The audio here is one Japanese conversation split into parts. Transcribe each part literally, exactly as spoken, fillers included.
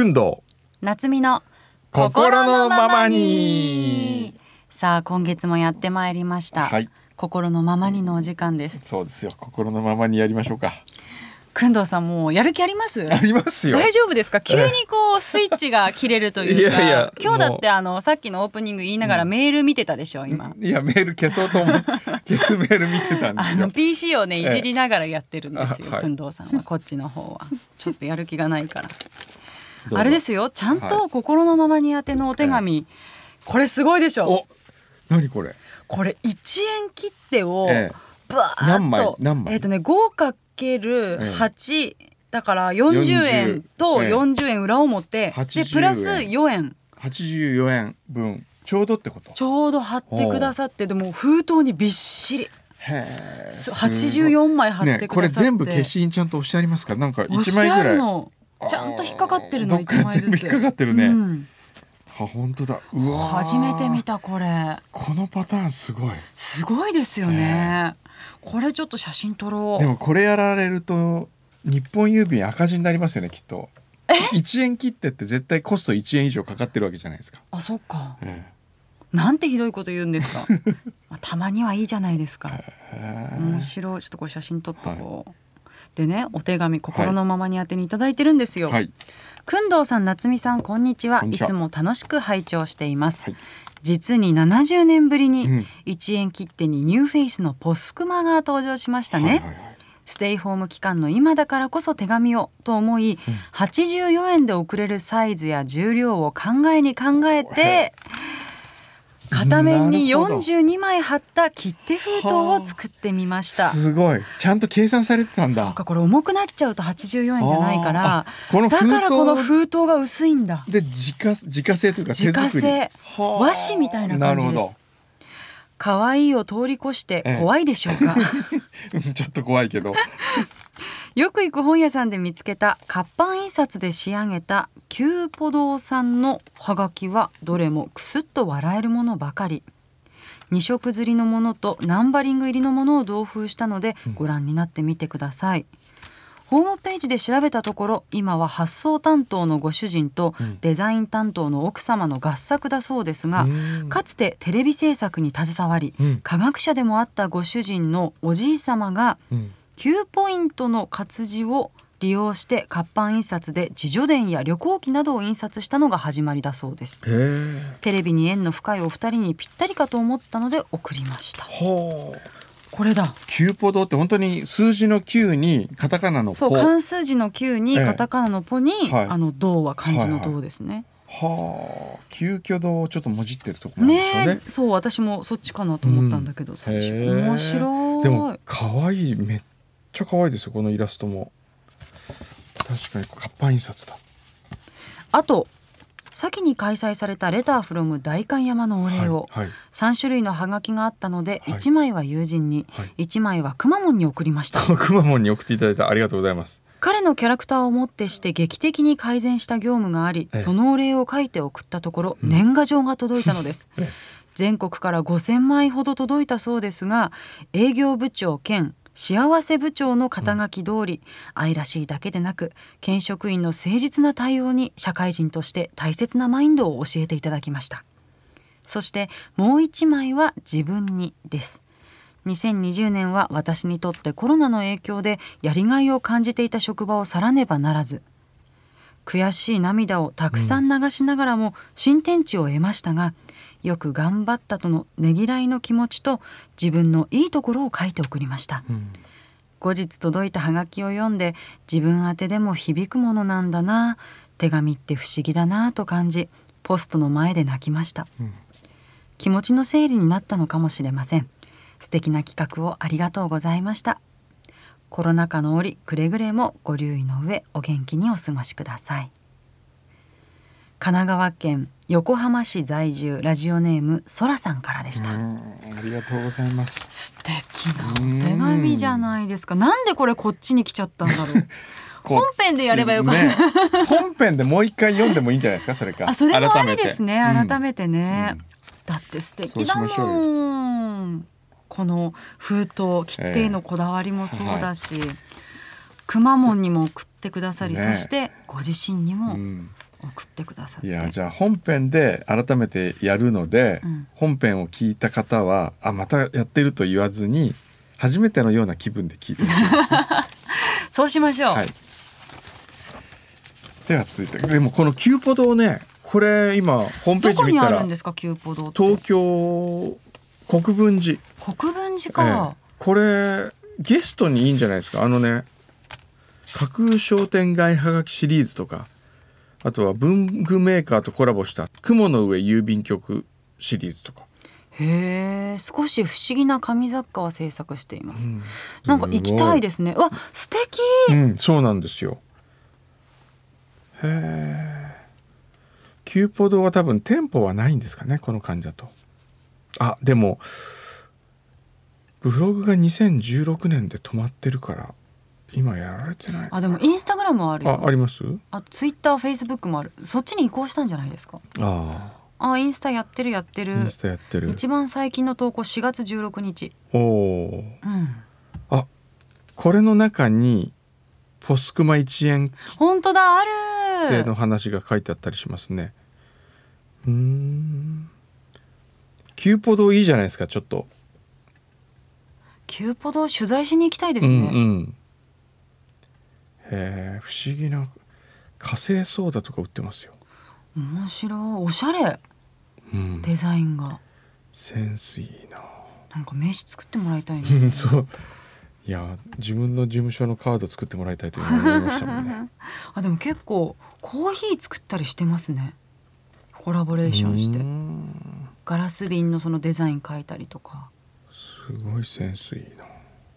くんどう夏美の心のままに。 さあ今月もやってまいりました、 はい、 心のままにのお時間です。 そうですよ、心のままにやりましょうか。 くんどうさんもうやる気あります？ ありますよ。 大丈夫ですか？急にこうスイッチが切れるというかいやいや今日だってあのさっきのオープニング言いながらメール見てたでしょ今。 いやメール消そうと思う消すメール見てたんですよ。 あの ピーシー をねいじりながらやってるんですよ、 ええ、 くんどうさんはこっちの方はちょっとやる気がないからあれですよ、ちゃんと心のままに宛てのお手紙、はい、これすごいでしょ。 お、何これ。 これいちえん切手をええ、 バーッと何枚何枚えっとね ごかけるはち、ええ、だからよんじゅうえんとよんじゅうえん裏表、ええ、でプラスよえんはちじゅうよえん分ちょうどってこと。 ちょうど貼ってくださって、でも封筒にびっしりへー、 はちじゅうよんまい貼ってくださって、ね、 これ全部消印ちゃんと押してありますか？なんかいちまいぐらいのちゃんと引っかかってるの。 どっか全部引っかかってるね、うん、あ、本当だ。うわ、 初めて見た。これこのパターンすごいすごいですよね。これちょっと写真撮ろう。 でもこれやられると日本郵便赤字になりますよねきっと。いちえん切手って絶対コストいちえん以上かかってるわけじゃないですか。 あ、そっか、 ええ、なんてひどいこと言うんですかたまにはいいじゃないですか。面白い。ちょっとこれ写真撮っとこう、はい、でね、お手紙心のままに宛てにいただいてるんですよ、はい、くんどうさん、夏美さん、こんにちは。いつも楽しく拝聴しています、はい、実にななじゅうねんぶりにいちえん切手にニューフェイスのポスクマが登場しましたね、はいはいはい、ステイホーム期間の今だからこそ手紙をと思い、うん、はちじゅうよえんで送れるサイズや重量を考えに考えて片面によんじゅうにまい貼った切手封筒を作ってみました。 すごい、ちゃんと計算されてたんだ。 そうか、これ重くなっちゃうとはちじゅうよえんじゃないから、このだからこの封筒が薄いんだ。 で自家、自家製というか手作り、 自家製和紙みたいな感じです。可愛いを通り越して怖いでしょうか、 ええ、ちょっと怖いけどよく行く本屋さんで見つけた活版印刷で仕上げたキューポ堂さんのハガキはどれもクスッと笑えるものばかり。に色刷りのものとナンバリング入りのものを同封したのでご覧になってみてください、うん、ホームページで調べたところ、今は発送担当のご主人とデザイン担当の奥様の合作だそうですが、うん、かつてテレビ制作に携わり、うん、科学者でもあったご主人のおじい様が、うん、きゅうポイントの活字を利用して活版印刷で自叙伝や旅行記などを印刷したのが始まりだそうです。へテレビに縁の深いお二人にぴったりかと思ったので送りました。ほう、これだ。キューポドって本当に数字のきゅうにカタカナのポ。 そう、漢数字のきゅうにカタカナのポに、はい、あの銅は漢字の銅ですね。 はいはい、はあ、急遽銅をちょっともじってるところなんですよね。 ね、そう、私もそっちかなと思ったんだけど、うん、最初面白い。 でも可愛い、めっちゃ可愛いですよこのイラストも。確かに活版印刷だ。 あと先に開催されたレターフロム代官山のお礼を、はいはい、さんしゅるいのハガキがあったので、はい、いちまいは友人に、はい、いちまいはくまモンに送りました。 くまモンに送っていただいてありがとうございます。 彼のキャラクターをもってして劇的に改善した業務があり、ええ、そのお礼を書いて送ったところ、うん、年賀状が届いたのです、ええ、全国からごせんまいほど届いたそうですが、営業部長兼幸せ部長の肩書き通り、うん、愛らしいだけでなく県職員の誠実な対応に社会人として大切なマインドを教えていただきました。そしてもう一枚は自分にです。にせんにじゅうねんは私にとってコロナの影響でやりがいを感じていた職場を去らねばならず、悔しい涙をたくさん流しながらも新天地を得ましたが、よく頑張ったとのねぎらいの気持ちと自分のいいところを書いて送りました、うん、後日届いたハガキを読んで、自分宛てでも響くものなんだな、手紙って不思議だなと感じ、ポストの前で泣きました、うん、気持ちの整理になったのかもしれません。素敵な企画をありがとうございました。コロナ禍の折くれぐれもご留意の上お元気にお過ごしください。神奈川県横浜市在住、ラジオネームそらさんからでした。 うん、ありがとうございます。 素敵なお手紙じゃないですか。なんでこれこっちに来ちゃったんだろう本編でやればよかった、ね、 本編でもう一回読んでもいいんじゃないですか。それかあ、それもありですね。改めてね、うん、だって素敵だもん。この封筒切手のこだわりもそうだし、えーはい、くまモンにも送ってくださり、ね、そしてご自身にも、うん、 送ってくださって。 いやじゃあ本編で改めてやるので、うん、本編を聞いた方はあまたやってると言わずに初めてのような気分で聞いてほしいですねそうしましょう、 はい、では続いてでもこのキューポドをねこれ今ホームページ見たらどこにあるんですかキューポドって。 東京国分寺国分寺か、 ええ、これゲストにいいんじゃないですか。あのね架空商店街はがきシリーズとかあとは文具メーカーとコラボした雲の上郵便局シリーズとか。 へえ少し不思議な紙雑貨は制作しています、うん、なんか行きたいですね。わ素敵、 うん、そうなんですよ。へえキューポドは多分店舗はないんですかねこの感じだと。あでもブログがにせんじゅうろくねんで止まってるから今やられてない。 あでもインスタグラムはあるよ。 あ、あります。 あツイッターフェイスブックもある。そっちに移行したんじゃないですか。 ああインスタやってるやってる。 インスタやってる。 一番最近の投稿しがつじゅうろくにち。 おお、うん、あこれの中にポスクマいちえん本当だあるの話が書いてあったりしますね。うーんキューポドいいじゃないですか。ちょっとキューポド取材しに行きたいですね。 うんうん、へえ不思議な火星ソーダとか売ってますよ。 面白いおしゃれ、うん、デザインがセンスいいな。 なんか名刺作ってもらいたいねそういや自分の事務所のカード作ってもらいたいと思いましたもんねあでも結構コーヒー作ったりしてますね。コラボレーションしてガラス瓶のそのデザイン描いたりとか。 すごいセンスいいな。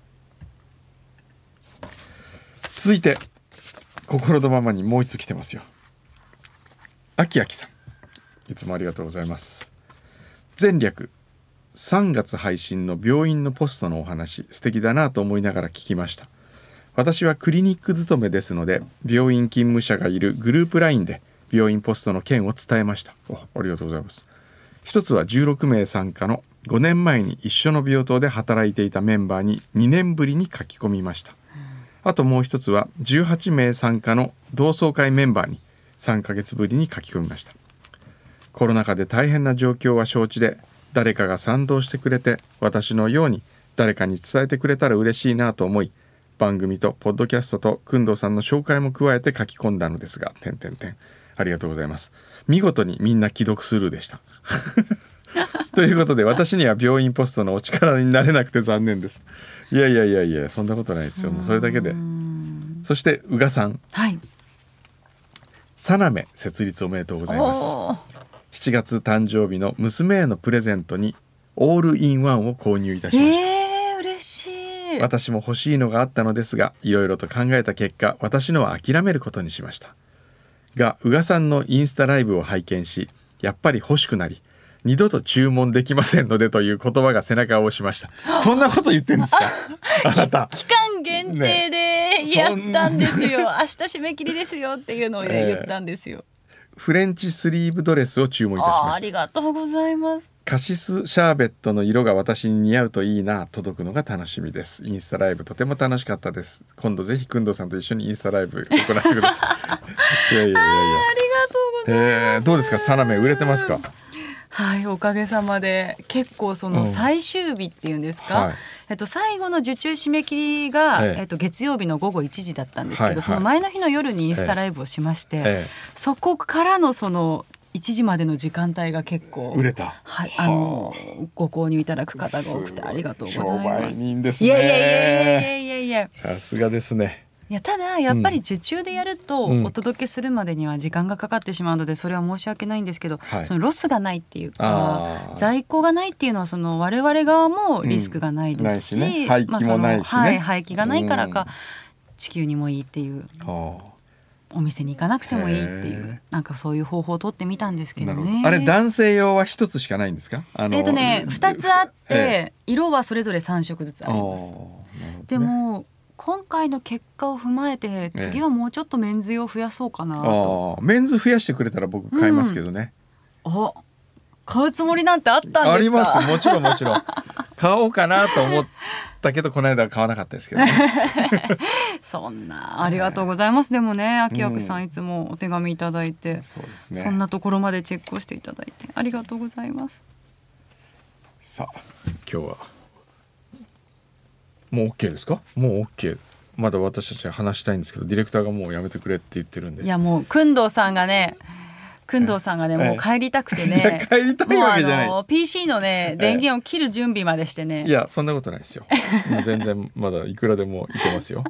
続いて心のままにもう一つ来てますよ。あきあきさんいつもありがとうございます。前略さんがつ配信の病院のポストのお話素敵だなと思いながら聞きました。私はクリニック勤めですので病院勤務者がいるグループ ライン で病院ポストの件を伝えました。おありがとうございます。一つはじゅうろくめい参加のごねんまえに一緒の病棟で働いていたメンバーににねんぶりに書き込みました。あともう一つはじゅうはちめい参加の同窓会メンバーにさんかげつぶりに書き込みました。コロナ禍で大変な状況は承知で誰かが賛同してくれて私のように誰かに伝えてくれたら嬉しいなと思い番組とポッドキャストとくんどうさんの紹介も加えて書き込んだのですが点々点ありがとうございます。見事にみんな既読スルーでしたということで私には病院ポストのお力になれなくて残念です。いやいやいやいやそんなことないですよ。もうそれだけで。そして宇賀さん、 はい、 サナメ設立おめでとうございます。しちがつ誕生日の娘へのプレゼントにオールインワンを購入いたしました。 えー、嬉しい。 私も欲しいのがあったのですがいろいろと考えた結果私のは諦めることにしましたが宇賀さんのインスタライブを拝見しやっぱり欲しくなり二度と注文できませんのでという言葉が背中を押しました。そんなこと言ってんですかあなた。 期間限定でやったんですよ、ね、明日締め切りですよっていうのを言ったんですよ、 えー、フレンチスリーブドレスを注文いたしました。 あ, ありがとうございます。 カシスシャーベットの色が私に似合うといいな。届くのが楽しみです。インスタライブとても楽しかったです。今度ぜひくんどうさんと一緒にインスタライブ行ってくださいいやいやいやいやありがとうございます、えー、どうですかサナメ売れてますか。 はい、おかげさまで結構その最終日っていうんですか、うんはい、えっと、最後の受注締め切りが、えええっと、月曜日のごごいちじだったんですけど、はいはい、その前の日の夜にインスタライブをしまして、ええ、そこからのそのいちじまでの時間帯が結構売れた、 はい、あのご購入いただく方が多くてありがとうございます。 商売人ですね。 いやいやいやいやいやいやさすがですね。 いやただやっぱり受注でやるとお届けするまでには時間がかかってしまうのでそれは申し訳ないんですけど、はい、そのロスがないっていうか在庫がないっていうのはその我々側もリスクがないですし、うんないしね、 廃棄もないしね、まあ、はい、 廃棄がないからか、うん、地球にもいいっていう、お店に行かなくてもいいっていうなんかそういう方法を取ってみたんですけどね。 あれ男性用は一つしかないんですか。あのえーとね、ふたつあって、えー、色はそれぞれさんしょくずつあります、ね、でも今回の結果を踏まえて次はもうちょっとメンズ用増やそうかなと、 あメンズ増やしてくれたら僕買いますけどね、 うん、あ買うつもりなんてあったんですか。 ありますもちろんもちろん買おうかなと思ったけどこの間は買わなかったですけどねそんなありがとうございます。でもね、秋役さん、いつもお手紙いただいて、 そうですね、 そんなところまでチェックをしていただいてありがとうございます。 さあ今日はもう OK ですか？もう OK。 まだ私たちは話したいんですけどディレクターがもうやめてくれって言ってるんで。 いやもう工藤さんがね工藤さんがね、もう帰りたくてね、 いや帰りたいわけじゃない。 もうあの ピーシー のね電源を切る準備までしてね、 いやそんなことないですよもう全然まだいくらでもいけますよ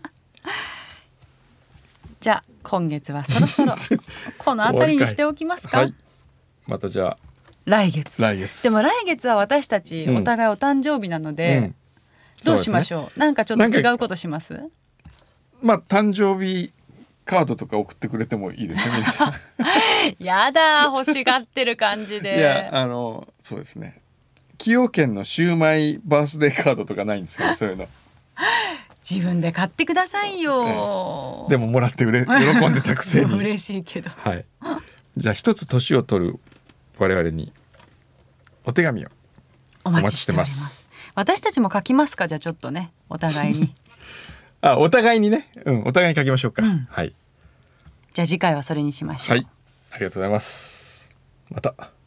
じゃあ今月はそろそろこの辺りにしておきますか。 はい、またじゃあ来月来月でも来月は私たちお互いお誕生日なので、うんうん、どうしましょう。そうですね、なんかちょっと違うことします？ まあ誕生日カードとか送ってくれてもいいですよ皆さんやだ欲しがってる感じで。 いやあのそうですね、崎陽軒のシウマイバースデーカードとかないんですかねそういうの自分で買ってくださいよ、 ええ、でももらってうれ喜んでたくせに嬉しいけど、 はい、じゃあ一つ年を取る我々にお手紙をお待ちしてます。 私たちも書きますか？じゃあちょっとねお互いにあ、お互いにね、うん、お互いに書きましょうか、うん、はい。 じゃあ次回はそれにしましょう。 はい、ありがとうございます。また。